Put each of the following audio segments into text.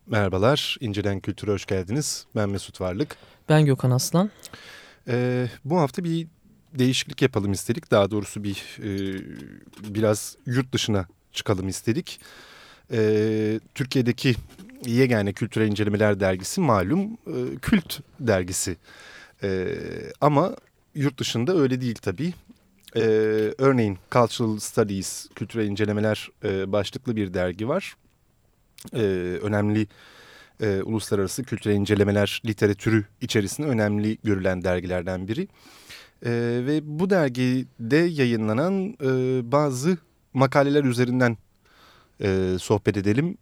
Merhabalar, İncelen Kültür'e hoş geldiniz. Ben Mesut Varlık. Ben Gökhan Aslan. Bu hafta bir değişiklik yapalım istedik. Daha doğrusu biraz yurt dışına çıkalım istedik. Türkiye'deki yegane Kültürel İncelemeler Dergisi malum kült dergisi. Ama yurt dışında öyle değil tabii. Örneğin Cultural Studies, Kültürel İncelemeler başlıklı bir dergi var. Önemli uluslararası kültürel incelemeler literatürü içerisinde önemli görülen dergilerden biri. Ve bu dergide yayınlanan bazı makaleler üzerinden sohbet edelim.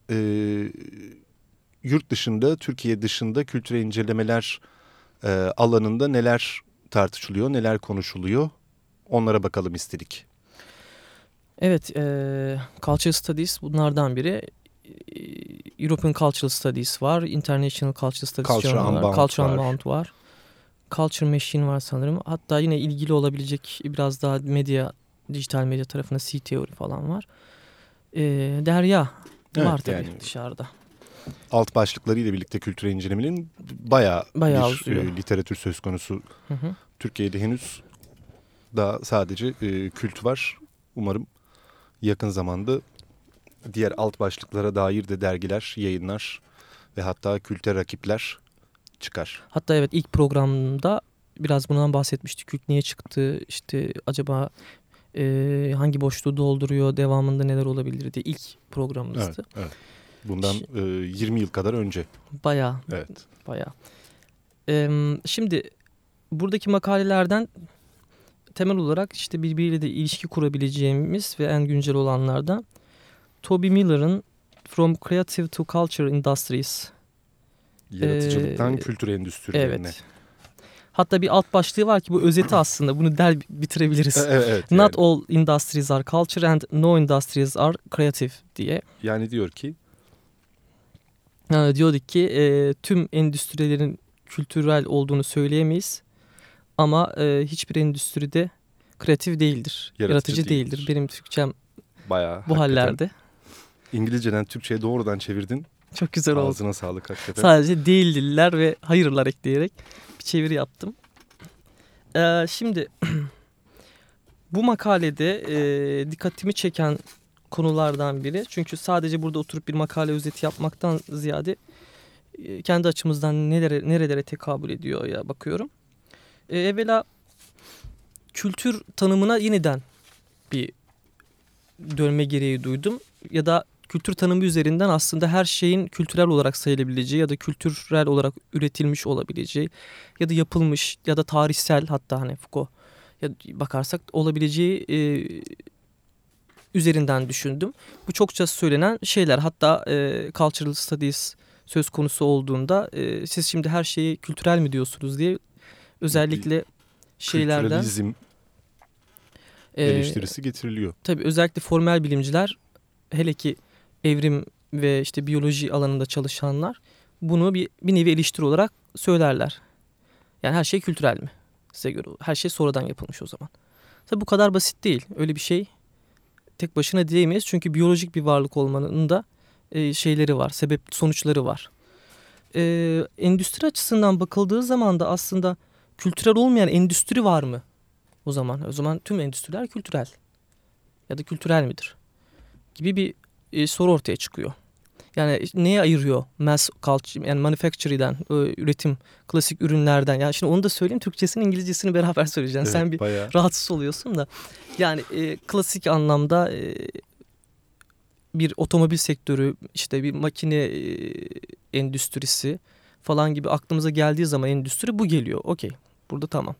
Yurt dışında, Türkiye dışında kültürel incelemeler alanında neler tartışılıyor, neler konuşuluyor, onlara bakalım istedik. Evet, Cultural Studies bunlardan biri. European Cultural Studies var, International Cultural Studies Journal var, Culture Unbound var. Culture Machine var sanırım. Hatta yine ilgili olabilecek biraz daha dijital medya tarafında C-Theory falan var. Derya evet, var tabii yani dışarıda. Alt başlıklarıyla birlikte kültürel incelemenin bayağı bir literatür söz konusu. Hı hı. Türkiye'de henüz daha sadece kült var. Umarım yakın zamanda diğer alt başlıklara dair de dergiler, yayınlar ve hatta külte rakipler çıkar. Hatta evet, ilk programda biraz bundan bahsetmiştik. Kült niye çıktı, işte acaba hangi boşluğu dolduruyor, devamında neler olabilir diye ilk programımızdı. Evet. Bundan 20 yıl kadar önce. Bayağı. Evet. Bayağı. Şimdi buradaki makalelerden temel olarak işte birbiriyle de ilişki kurabileceğimiz ve en güncel olanlardan Toby Miller'ın From Creative to Culture Industries. Yaratıcılıktan kültür endüstrilerine. Evet. Hatta bir alt başlığı var ki bu özeti aslında. Bunu bitirebiliriz. Evet, Not all industries are culture and no industries are creative diye. Yani diyor ki? Diyorduk ki tüm endüstrilerin kültürel olduğunu söyleyemeyiz. Ama hiçbir endüstride kreatif değildir. Yaratıcı değildir. Benim Türkçem bayağı bu hallerde. İngilizceden Türkçe'ye doğrudan çevirdin. Çok güzel oldu. Ağzına sağlık hakikaten. Sadece değildirler ve hayırlar ekleyerek bir çeviri yaptım. Şimdi bu makalede dikkatimi çeken konulardan biri. Çünkü sadece burada oturup bir makale özeti yapmaktan ziyade kendi açımızdan nerelere tekabül ediyor ya bakıyorum. Evvela kültür tanımına yeniden bir dönme gereği duydum. Ya da kültür tanımı üzerinden aslında her şeyin kültürel olarak sayılabileceği ya da kültürel olarak üretilmiş olabileceği ya da yapılmış ya da tarihsel, hatta hani Foucault ya bakarsak olabileceği üzerinden düşündüm. Bu çokça söylenen şeyler. Hatta Cultural Studies söz konusu olduğunda siz şimdi her şeyi kültürel mi diyorsunuz diye özellikle şeylerden kültüralizm eleştirisi getiriliyor. Tabii özellikle formel bilimciler, hele ki evrim ve işte biyoloji alanında çalışanlar bunu bir nevi eleştiri olarak söylerler. Yani her şey kültürel mi? Size göre her şey sonradan yapılmış o zaman. Tabii bu kadar basit değil. Öyle bir şey tek başına diyemeyiz. Çünkü biyolojik bir varlık olmanın da şeyleri var, sonuçları var. Endüstri açısından bakıldığı zaman da aslında kültürel olmayan endüstri var mı? O zaman tüm endüstriler kültürel ya da kültürel midir gibi bir soru ortaya çıkıyor. Yani neye ayırıyor mass culture, yani manufacturing'den, üretim, klasik ürünlerden? Yani şimdi onu da söyleyeyim, Türkçesini İngilizcesini beraber söyleyeceğim. Evet, sen bir bayağı rahatsız oluyorsun da. Yani klasik anlamda bir otomobil sektörü, işte bir makine endüstrisi falan gibi aklımıza geldiği zaman endüstri bu geliyor. Okey, burada tamam.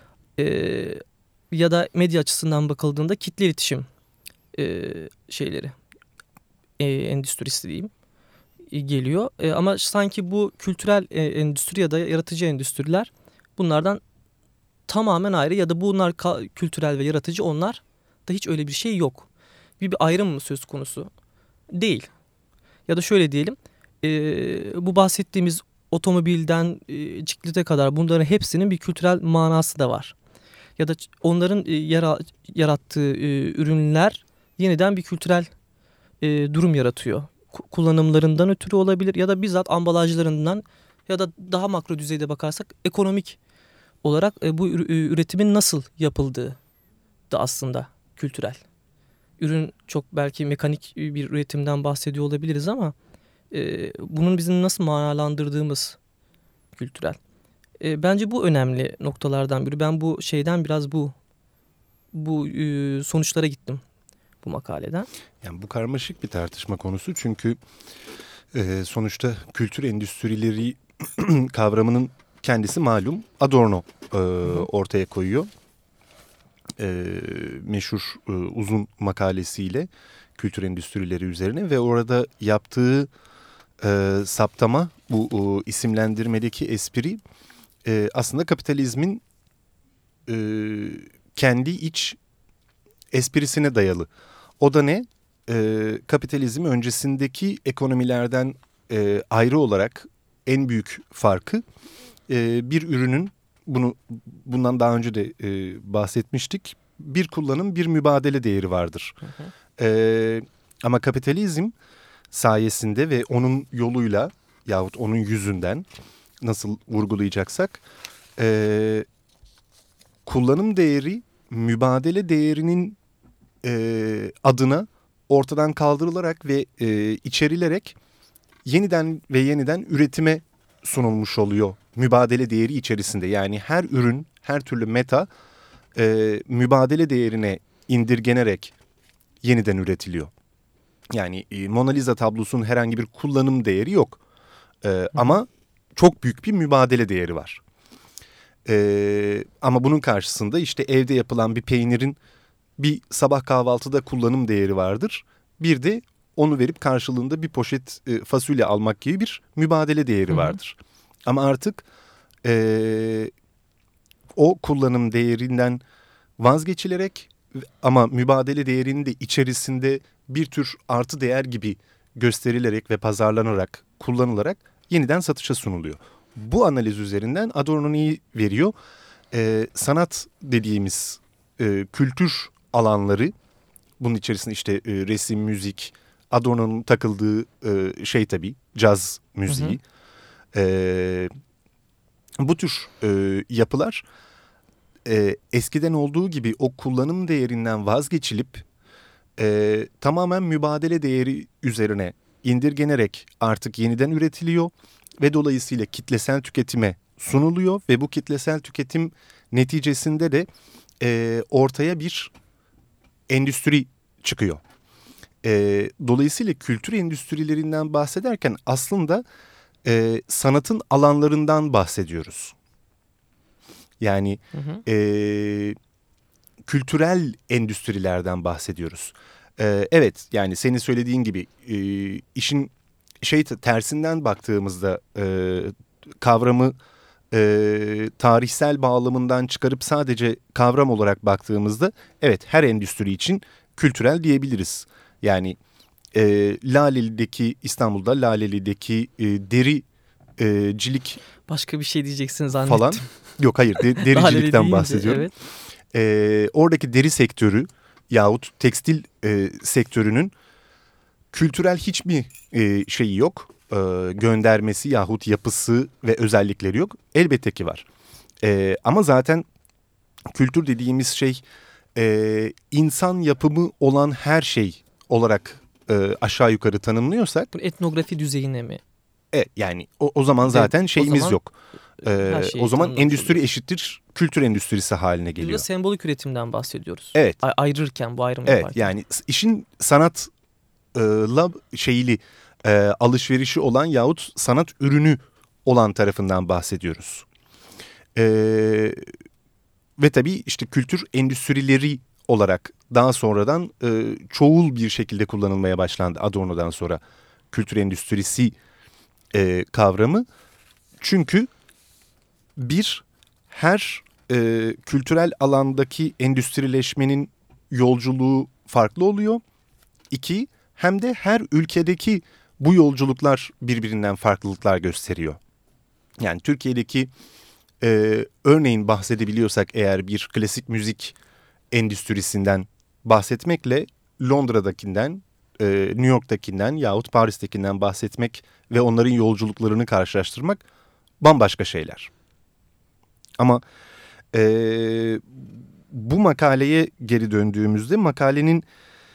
Ya da medya açısından bakıldığında kitle iletişim şeyleri, endüstrisi diyeyim, geliyor. Ama sanki bu kültürel endüstri ya da yaratıcı endüstriler bunlardan tamamen ayrı ya da bunlar kültürel ve yaratıcı, onlar da hiç öyle bir şey yok. Bir ayrım mı söz konusu? Değil. Ya da şöyle diyelim, bu bahsettiğimiz otomobilden ciklete kadar bunların hepsinin bir kültürel manası da var. Ya da onların yarattığı ürünler yeniden bir kültürel durum yaratıyor. kullanımlarından ötürü olabilir ya da bizzat ambalajlarından ya da daha makro düzeyde bakarsak ekonomik olarak bu üretimin nasıl yapıldığı da aslında kültürel. Ürün çok belki mekanik bir üretimden bahsediyor olabiliriz ama bunun bizim nasıl manalandırdığımız kültürel. Bence bu önemli noktalardan biri. Ben bu şeyden biraz bu sonuçlara gittim bu makaleden. Yani bu karmaşık bir tartışma konusu çünkü sonuçta kültür endüstrileri kavramının kendisi malum Adorno ortaya koyuyor. Meşhur uzun makalesiyle kültür endüstrileri üzerine ve orada yaptığı saptama, bu isimlendirmedeki espri aslında kapitalizmin kendi iç esprisine dayalı. O da ne? Kapitalizm öncesindeki ekonomilerden ayrı olarak en büyük farkı bir ürünün, bundan daha önce de bahsetmiştik, bir kullanım bir mübadele değeri vardır. Hı hı. Ama kapitalizm sayesinde ve onun yoluyla yahut onun yüzünden nasıl vurgulayacaksak kullanım değeri mübadele değerinin adına ortadan kaldırılarak ve içerilerek yeniden ve yeniden üretime sunulmuş oluyor mübadele değeri içerisinde. Yani her ürün, her türlü meta mübadele değerine indirgenerek yeniden üretiliyor. Yani Mona Lisa tablosunun herhangi bir kullanım değeri yok. Ama çok büyük bir mübadele değeri var. Ama bunun karşısında işte evde yapılan bir peynirin bir sabah kahvaltıda kullanım değeri vardır. Bir de onu verip karşılığında bir poşet fasulye almak gibi bir mübadele değeri vardır. Ama artık o kullanım değerinden vazgeçilerek ama mübadele değerinin de içerisinde bir tür artı değer gibi gösterilerek ve pazarlanarak, kullanılarak yeniden satışa sunuluyor. Bu analiz üzerinden Adorno neyi veriyor? Sanat dediğimiz kültür alanları, bunun içerisinde işte resim, müzik, Adorno'nun takıldığı şey tabii caz müziği. Bu tür yapılar eskiden olduğu gibi o kullanım değerinden vazgeçilip tamamen mübadele değeri üzerine indirgenerek artık yeniden üretiliyor ve dolayısıyla kitlesel tüketime sunuluyor ve bu kitlesel tüketim neticesinde de ortaya bir endüstri çıkıyor. Dolayısıyla kültür endüstrilerinden bahsederken aslında sanatın alanlarından bahsediyoruz. Yani kültürel endüstrilerden bahsediyoruz. Evet, yani senin söylediğin gibi işin tersinden baktığımızda kavramı tarihsel bağlamından çıkarıp sadece kavram olarak baktığımızda evet her endüstri için kültürel diyebiliriz. Yani İstanbul'da Laleli'deki dericilik başka bir şey diyeceksin zannettim. Falan. Yok hayır dericilikten bahsediyorum. Evet. Oradaki deri sektörü yahut tekstil sektörünün kültürel hiçbir şeyi yok. Göndermesi yahut yapısı ve özellikleri yok. Elbette ki var. Ama zaten kültür dediğimiz şey insan yapımı olan her şey olarak aşağı yukarı tanımlıyorsak. Bu etnografi düzeyine mi? Yani o zaman zaten şeyimiz zaman, yok. O zaman endüstri olur. Eşittir kültür endüstrisi haline geliyor. Burada sembolik üretimden bahsediyoruz. Evet. Ayırırken bu ayrımı yaparken. Yani işin sanatla alışverişi olan yahut sanat ürünü olan tarafından bahsediyoruz. Ve tabii işte kültür endüstrileri olarak daha sonradan çoğul bir şekilde kullanılmaya başlandı Adorno'dan sonra kültür endüstrisi kavramı. Çünkü her kültürel alandaki endüstrileşmenin yolculuğu farklı oluyor. 2, hem de her ülkedeki bu yolculuklar birbirinden farklılıklar gösteriyor. Yani Türkiye'deki örneğin bahsedebiliyorsak eğer bir klasik müzik endüstrisinden bahsetmekle Londra'dakinden New York'takinden yahut Paris'tekinden bahsetmek ve onların yolculuklarını karşılaştırmak bambaşka şeyler. Ama bu makaleye geri döndüğümüzde makalenin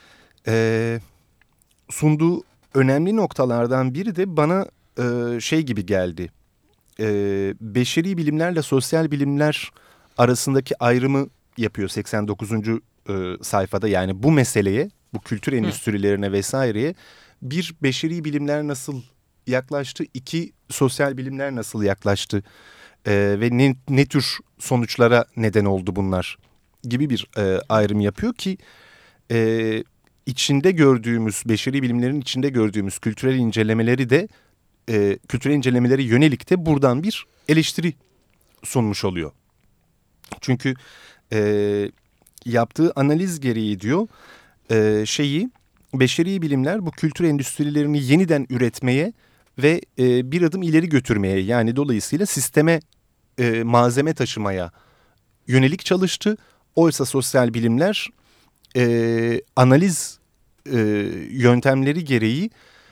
sunduğu önemli noktalardan biri de bana şey gibi geldi. Beşeri bilimlerle sosyal bilimler arasındaki ayrımı yapıyor 89. Sayfada. Yani bu meseleye, bu kültür endüstrilerine vesaireye bir, beşeri bilimler nasıl yaklaştı, iki, sosyal bilimler nasıl yaklaştı ve ne tür sonuçlara neden oldu bunlar gibi bir ayrım yapıyor ki içinde gördüğümüz, beşeri bilimlerin içinde gördüğümüz kültürel incelemeleri de kültürel incelemeleri yönelik de buradan bir eleştiri sunmuş oluyor. Çünkü yaptığı analiz gereği diyor beşeri bilimler bu kültür endüstrilerini yeniden üretmeye ve bir adım ileri götürmeye, yani dolayısıyla sisteme malzeme taşımaya yönelik çalıştı. Oysa sosyal bilimler analiz yöntemleri gereği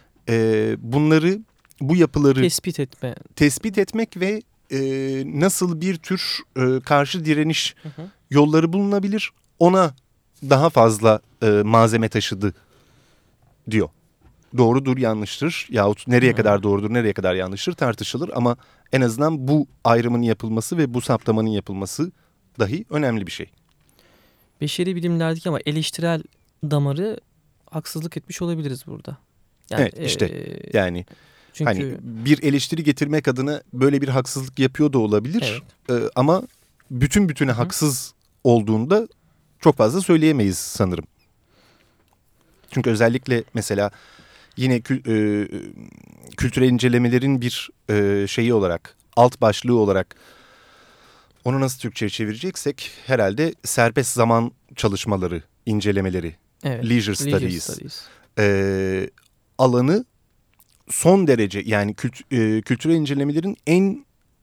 bu yapıları tespit etmek ve nasıl bir tür karşı direniş yolları bulunabilir, ona daha fazla malzeme taşıdı diyor. Doğrudur, yanlıştır yahut nereye kadar doğrudur, nereye kadar yanlıştır tartışılır ama en azından bu ayrımın yapılması ve bu saptamanın yapılması dahi önemli bir şey. Beşeri bilimlerdeki ama eleştirel damarı haksızlık etmiş olabiliriz burada. Yani, evet işte yani çünkü hani bir eleştiri getirmek adına böyle bir haksızlık yapıyor da olabilir. Evet. Ama bütüne haksız olduğunda çok fazla söyleyemeyiz sanırım. Çünkü özellikle mesela yine kültürel incelemelerin bir şeyi olarak, alt başlığı olarak onu nasıl Türkçe'ye çevireceksek herhalde serbest zaman çalışmaları, incelemeleri, evet, leisure studies. Alanı son derece, yani kültürel incelemelerin en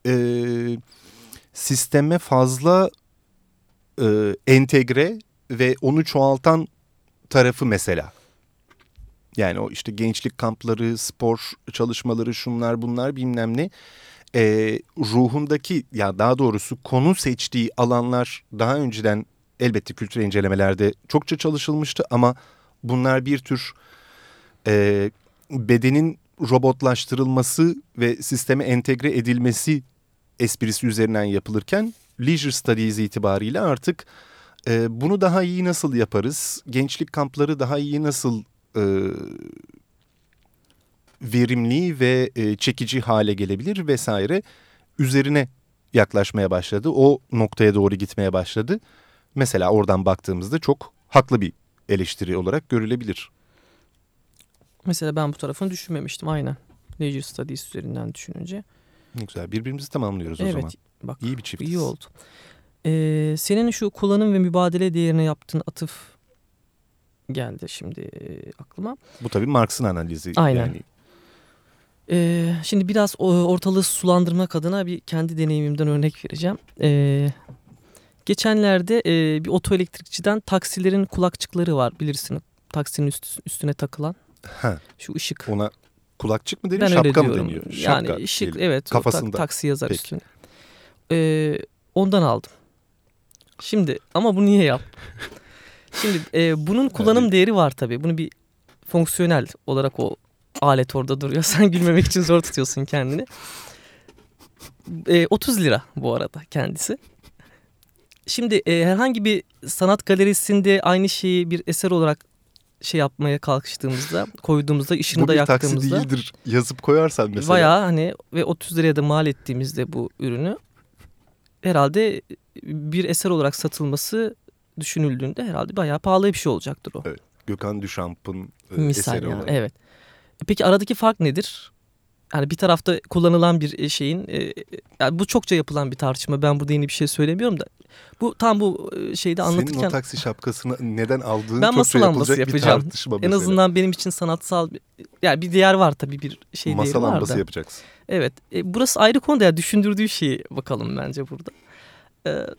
sisteme fazla entegre ve onu çoğaltan tarafı mesela. Yani o işte gençlik kampları, spor çalışmaları, şunlar bunlar bilmem ne. Ruhundaki, ya daha doğrusu konu seçtiği alanlar daha önceden elbette kültürel incelemelerde çokça çalışılmıştı ama bunlar bir tür bedenin robotlaştırılması ve sisteme entegre edilmesi esprisi üzerinden yapılırken leisure studies itibariyle artık bunu daha iyi nasıl yaparız, gençlik kampları daha iyi nasıl verimli ve çekici hale gelebilir vesaire üzerine yaklaşmaya başladı. O noktaya doğru gitmeye başladı. Mesela oradan baktığımızda çok haklı bir eleştiri olarak görülebilir. Mesela ben bu tarafını düşünmemiştim aynen. Leisure Studies üzerinden düşününce. Ne güzel, birbirimizi tamamlıyoruz o zaman. Evet, bak İyi bir çiftiz. İyi oldu. Senin şu kullanım ve mübadele değerine yaptığın atıf geldi şimdi aklıma. Bu tabii Marx'ın analizi. Aynen. Yani. Şimdi biraz ortalığı sulandırmak adına bir kendi deneyimimden örnek vereceğim. Geçenlerde bir otoelektrikçiden taksilerin kulakçıkları var, bilirsin. Taksinin üstüne takılan. Ha. Şu ışık. Ona kulakçık mı deniyor, şapka mı deniyor? Şapka, yani ışık, evet. Kafasında. Taksi yazar üstüne. Ondan aldım. Şimdi ama bu niye yaptım? Şimdi bunun kullanım değeri var tabii. Bunu bir fonksiyonel olarak o alet orada duruyor. Sen gülmemek için zor tutuyorsun kendini. 30 lira bu arada kendisi. Şimdi herhangi bir sanat galerisinde aynı şeyi bir eser olarak yapmaya kalkıştığımızda, koyduğumuzda, ışığını da yaktığımızda. Bu bir taksi değildir yazıp koyarsan mesela. Bayağı hani ve 30 liraya da mal ettiğimizde bu ürünü herhalde bir eser olarak satılması düşünüldüğünde herhalde bayağı pahalı bir şey olacaktır o. Evet. Gökhan Duchamp'ın eseri yani, olarak. Evet. Peki aradaki fark nedir? Yani bir tarafta kullanılan bir şeyin, yani bu çokça yapılan bir tartışma. Ben burada yeni bir şey söylemiyorum da. Bu tam bu şeyde anlatırken. Senin o taksi şapkasını neden aldığın ben çokça yapılacak yapacağım. Bir tartışma mesela. En azından benim için sanatsal yani bir değer var tabii, bir şey değeri var da. Masa lambası yapacaksın. Evet. Burası ayrı konu, yani düşündürdüğü şeyi bakalım bence burada.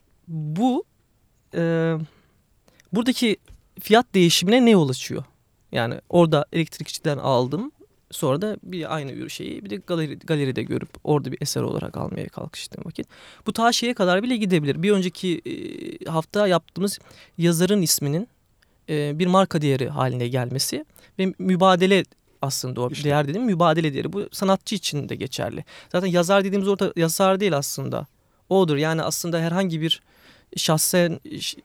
Buradaki fiyat değişimine ne yol açıyor? Yani orada elektrikçiden aldım. Sonra da bir aynı şeyi bir de galeride görüp orada bir eser olarak almaya kalkıştığım vakit. Bu ta şeye kadar bile gidebilir. Bir önceki hafta yaptığımız yazarın isminin bir marka değeri haline gelmesi ve mübadele aslında o İşte. değer dediğim mübadele değeri. Bu sanatçı için de geçerli. Zaten yazar dediğimiz orada yazar değil aslında. Odur yani aslında herhangi bir şahsen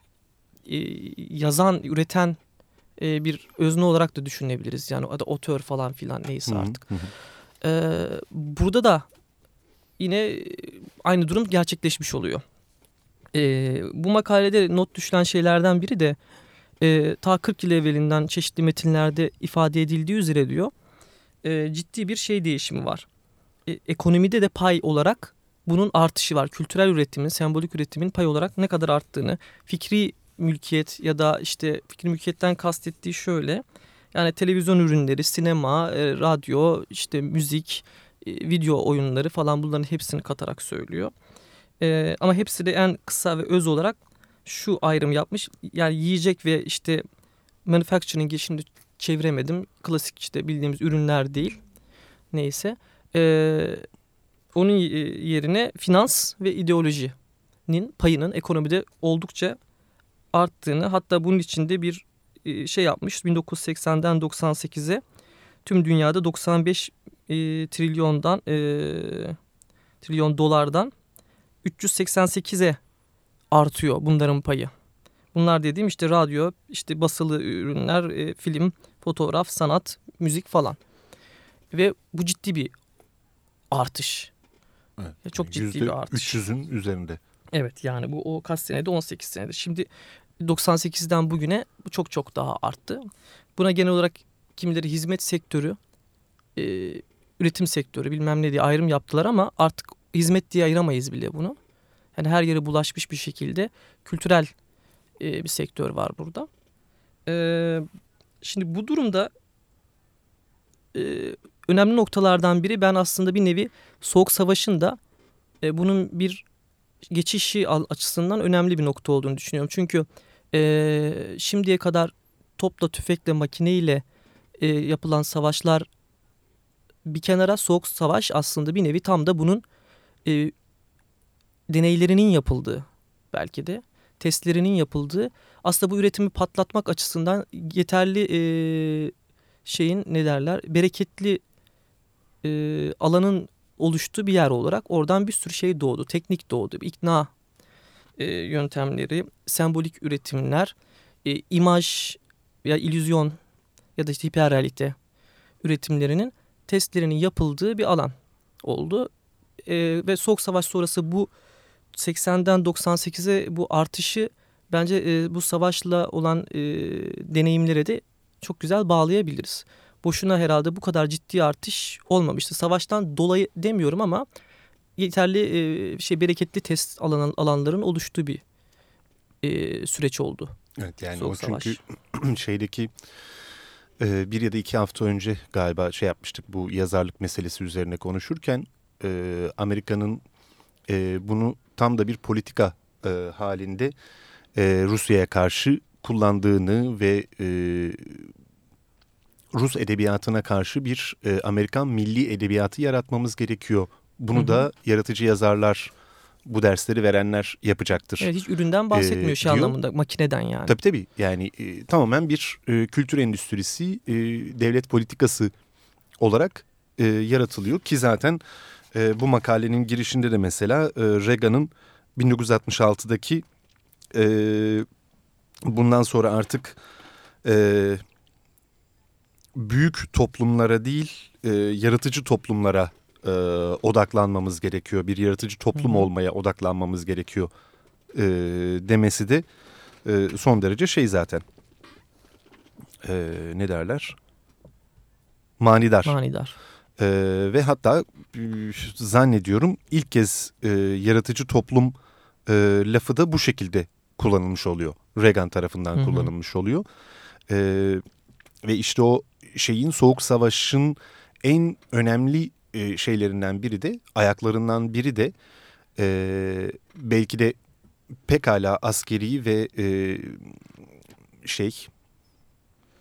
yazan, üreten bir özne olarak da düşünebiliriz. Yani o da otör falan filan neyse artık. Burada da yine aynı durum gerçekleşmiş oluyor. Bu makalede not düşülen şeylerden biri de ta 40 yıl evvelinden çeşitli metinlerde ifade edildiği üzere diyor. Ciddi bir şey değişimi var. Ekonomide de pay olarak bunun artışı var. Kültürel üretimin, sembolik üretimin pay olarak ne kadar arttığını, fikri mülkiyet ya da işte fikri mülkiyetten kastettiği şöyle. Yani televizyon ürünleri, sinema, radyo, işte müzik, video oyunları falan bunların hepsini katarak söylüyor. Ama hepsi de en kısa ve öz olarak şu ayrım yapmış. Yani yiyecek ve işte manufacturing'i şimdi çeviremedim. Klasik işte bildiğimiz ürünler değil. Neyse. Onun yerine finans ve ideolojinin payının ekonomide oldukça arttığını, hatta bunun içinde bir şey yapmış. 1980'den 98'e tüm dünyada 95 trilyon dolardan 388'e artıyor bunların payı. Bunlar dediğim işte radyo, işte basılı ürünler, film, fotoğraf, sanat, müzik falan. Ve bu ciddi bir artış. Evet, Çok ciddi bir artış. %300'ün üzerinde. Evet yani bu o kaç senede 18 senedir. Şimdi 98'den bugüne bu çok çok daha arttı. Buna genel olarak kimileri hizmet sektörü, üretim sektörü bilmem ne diye ayrım yaptılar ama artık hizmet diye ayıramayız bile bunu. Yani her yere bulaşmış bir şekilde kültürel bir sektör var burada. Şimdi bu durumda önemli noktalardan biri ben aslında bir nevi Soğuk Savaş'ın da bunun bir geçişi açısından önemli bir nokta olduğunu düşünüyorum. Çünkü şimdiye kadar topla, tüfekle, makineyle yapılan savaşlar bir kenara, Soğuk Savaş aslında bir nevi tam da bunun deneylerinin yapıldığı, belki de testlerinin yapıldığı, aslında bu üretimi patlatmak açısından yeterli bereketli alanın oluştuğu bir yer olarak oradan bir sürü şey doğdu. Teknik doğdu, ikna yöntemleri, sembolik üretimler, imaj ya illüzyon ya da işte hiperrealite üretimlerinin testlerinin yapıldığı bir alan oldu. Ve Soğuk Savaş sonrası bu 80'den 98'e bu artışı bence bu savaşla olan deneyimlere de çok güzel bağlayabiliriz. Boşuna herhalde bu kadar ciddi artış olmamıştı. Savaştan dolayı demiyorum ama yeterli bereketli test alanların oluştuğu bir süreç oldu. Evet yani Soğuk o çünkü Savaş. şeydeki bir ya da 2 hafta önce galiba şey yapmıştık bu yazarlık meselesi üzerine konuşurken Amerika'nın bunu tam da bir politika halinde Rusya'ya karşı kullandığını ve Rus edebiyatına karşı bir Amerikan milli edebiyatı yaratmamız gerekiyor. Bunu da yaratıcı yazarlar, bu dersleri verenler yapacaktır. Evet, hiç üründen bahsetmiyor şey diyor. anlamında, makineden yani. Tabii yani tamamen bir kültür endüstrisi, devlet politikası olarak yaratılıyor ki zaten bu makalenin girişinde de mesela Reagan'ın 1966'daki bundan sonra artık büyük toplumlara değil yaratıcı toplumlara odaklanmamız gerekiyor. Bir yaratıcı toplum olmaya odaklanmamız gerekiyor demesi de son derece şey zaten ne derler? Manidar. Manidar. Ve hatta zannediyorum ilk kez yaratıcı toplum lafı da bu şekilde kullanılmış oluyor. Reagan tarafından kullanılmış oluyor. Ve işte o şeyin Soğuk Savaş'ın en önemli şeylerinden biri de ayaklarından biri de belki de pekala askeri ve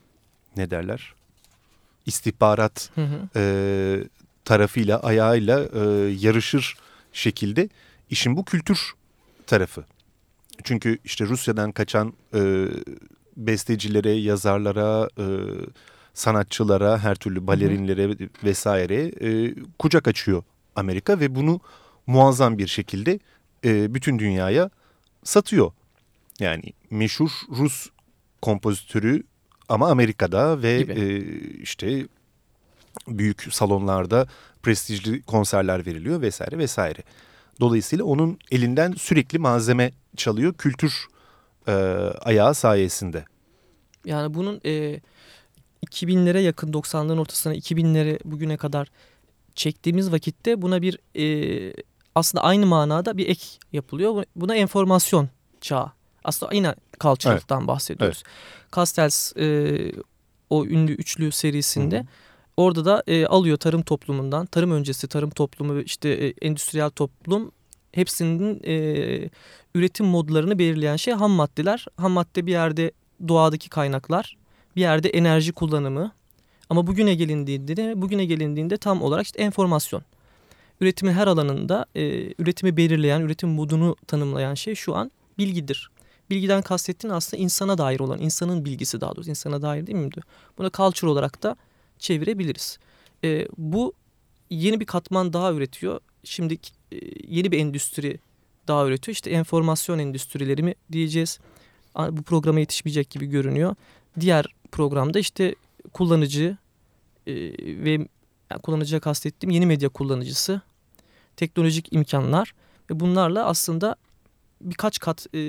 ne derler? İstihbarat Hı hı. tarafıyla, ayağıyla yarışır şekilde işin bu kültür tarafı. Çünkü işte Rusya'dan kaçan bestecilere, yazarlara, sanatçılara, her türlü balerinlere vesaire kucak açıyor Amerika ve bunu muazzam bir şekilde bütün dünyaya satıyor. Yani meşhur Rus kompozitörü ama Amerika'da ve işte büyük salonlarda prestijli konserler veriliyor vesaire vesaire. Dolayısıyla onun elinden sürekli malzeme çalıyor kültür ayağı sayesinde. Yani bunun 2000'lere yakın, 90'ların ortasına 2000'lere bugüne kadar çektiğimiz vakitte buna bir aslında aynı manada bir ek yapılıyor. Buna enformasyon çağı. Aslında yine cultural'dan bahsediyoruz. Evet. Castells o ünlü üçlü serisinde orada da alıyor tarım toplumundan, tarım öncesi tarım toplumu ve işte endüstriyel toplum, hepsinin üretim modlarını belirleyen şey ham maddeler. Ham madde bir yerde doğadaki kaynaklar, bir yerde enerji kullanımı. Ama bugüne gelindiğinde tam olarak işte enformasyon. Üretimin her alanında üretimi belirleyen, üretim modunu tanımlayan şey şu an bilgidir. Bilgiden kastettiğin aslında insana dair olan, insanın bilgisi daha doğrusu, insana dair değil mi? Buna culture olarak da çevirebiliriz. Bu yeni bir katman daha üretiyor. Şimdi yeni bir endüstri daha üretiyor. İşte enformasyon endüstrileri mi diyeceğiz? Bu programa yetişmeyecek gibi görünüyor. Diğer programda işte kullanıcı ve yani kullanıcıya kastettiğim yeni medya kullanıcısı, teknolojik imkanlar ve bunlarla aslında birkaç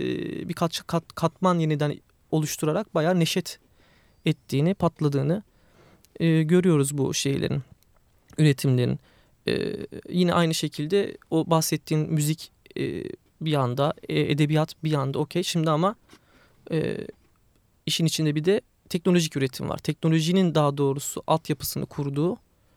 katman yeniden oluşturarak bayağı neşet ettiğini, patladığını görüyoruz bu şeylerin, üretimlerin. Yine aynı şekilde o bahsettiğin müzik bir yanda, edebiyat bir yanda okey. Şimdi ama işin içinde bir de teknolojik üretim var. Teknolojinin daha doğrusu altyapısını kurduğu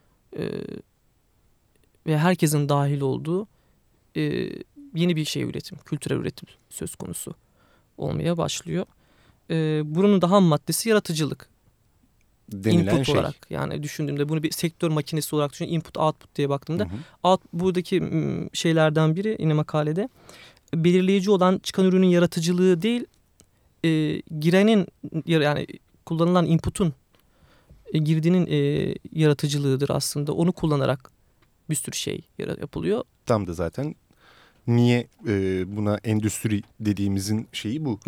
ve herkesin dahil olduğu yeni bir şey üretim, kültürel üretim söz konusu olmaya başlıyor. Bunun da ham maddesi yaratıcılık. Denilen input şey. olarak, yani düşündüğümde bunu bir sektör makinesi olarak düşün, input output diye baktığımda buradaki şeylerden biri yine makalede belirleyici olan çıkan ürünün yaratıcılığı değil, girenin yani kullanılan input'un girdinin yaratıcılığıdır aslında. Onu kullanarak bir sürü şey yapılıyor. Tam da zaten niye buna endüstri dediğimizin şeyi bu.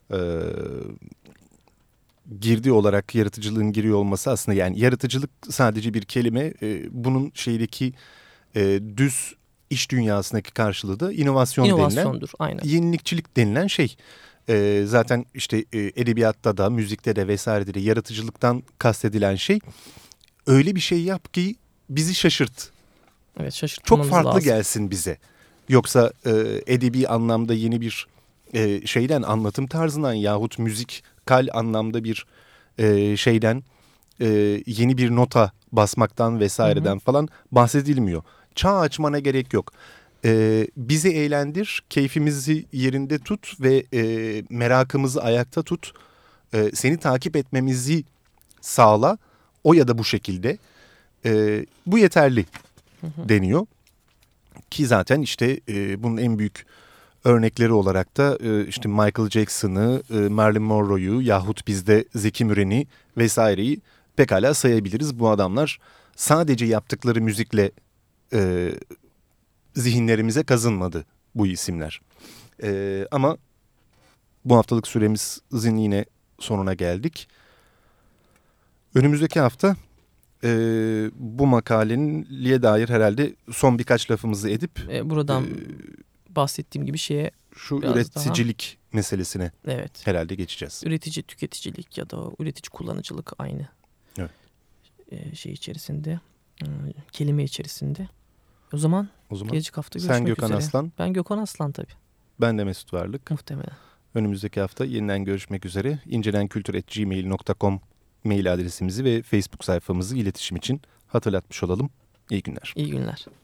Girdi olarak yaratıcılığın giriyor olması aslında, yani yaratıcılık sadece bir kelime, bunun şeydeki düz iş dünyasındaki karşılığı da inovasyondur, aynen. Yenilikçilik denilen şey. Zaten işte edebiyatta da, müzikte de vesairede de yaratıcılıktan kastedilen şey öyle bir şey yap ki bizi şaşırt. Evet, şaşırtmamız çok farklı lazım. gelsin bize. Yoksa edebi anlamda yeni bir şeyden, anlatım tarzından yahut müzikal anlamda bir şeyden yeni bir nota basmaktan vesaireden falan bahsedilmiyor. Çağ açmana gerek yok. Bizi eğlendir, keyfimizi yerinde tut ve merakımızı ayakta tut. Seni takip etmemizi sağla. O ya da bu şekilde. Bu yeterli deniyor. Ki zaten işte bunun en büyük örnekleri olarak da işte Michael Jackson'ı, Marilyn Monroe'yu yahut bizde Zeki Müren'i vesaireyi pekala sayabiliriz. Bu adamlar sadece yaptıkları müzikle zihinlerimize kazınmadı bu isimler. Ama bu haftalık süremizin yine sonuna geldik. Önümüzdeki hafta bu makaleye dair herhalde son birkaç lafımızı edip buradan bahsettiğim gibi şeye şu üreticilik meselesine herhalde geçeceğiz. Üretici tüketicilik ya da üretici kullanıcılık aynı şey içerisinde, kelime içerisinde. O zaman gelecek hafta görüşmek üzere. Sen Gökhan Aslan. Ben Gökhan Aslan tabii. Ben de Mesut Varlık. Muhtemelen. Önümüzdeki hafta yeniden görüşmek üzere. incelenkultur@gmail.com mail adresimizi ve Facebook sayfamızı iletişim için hatırlatmış olalım. İyi günler. İyi günler.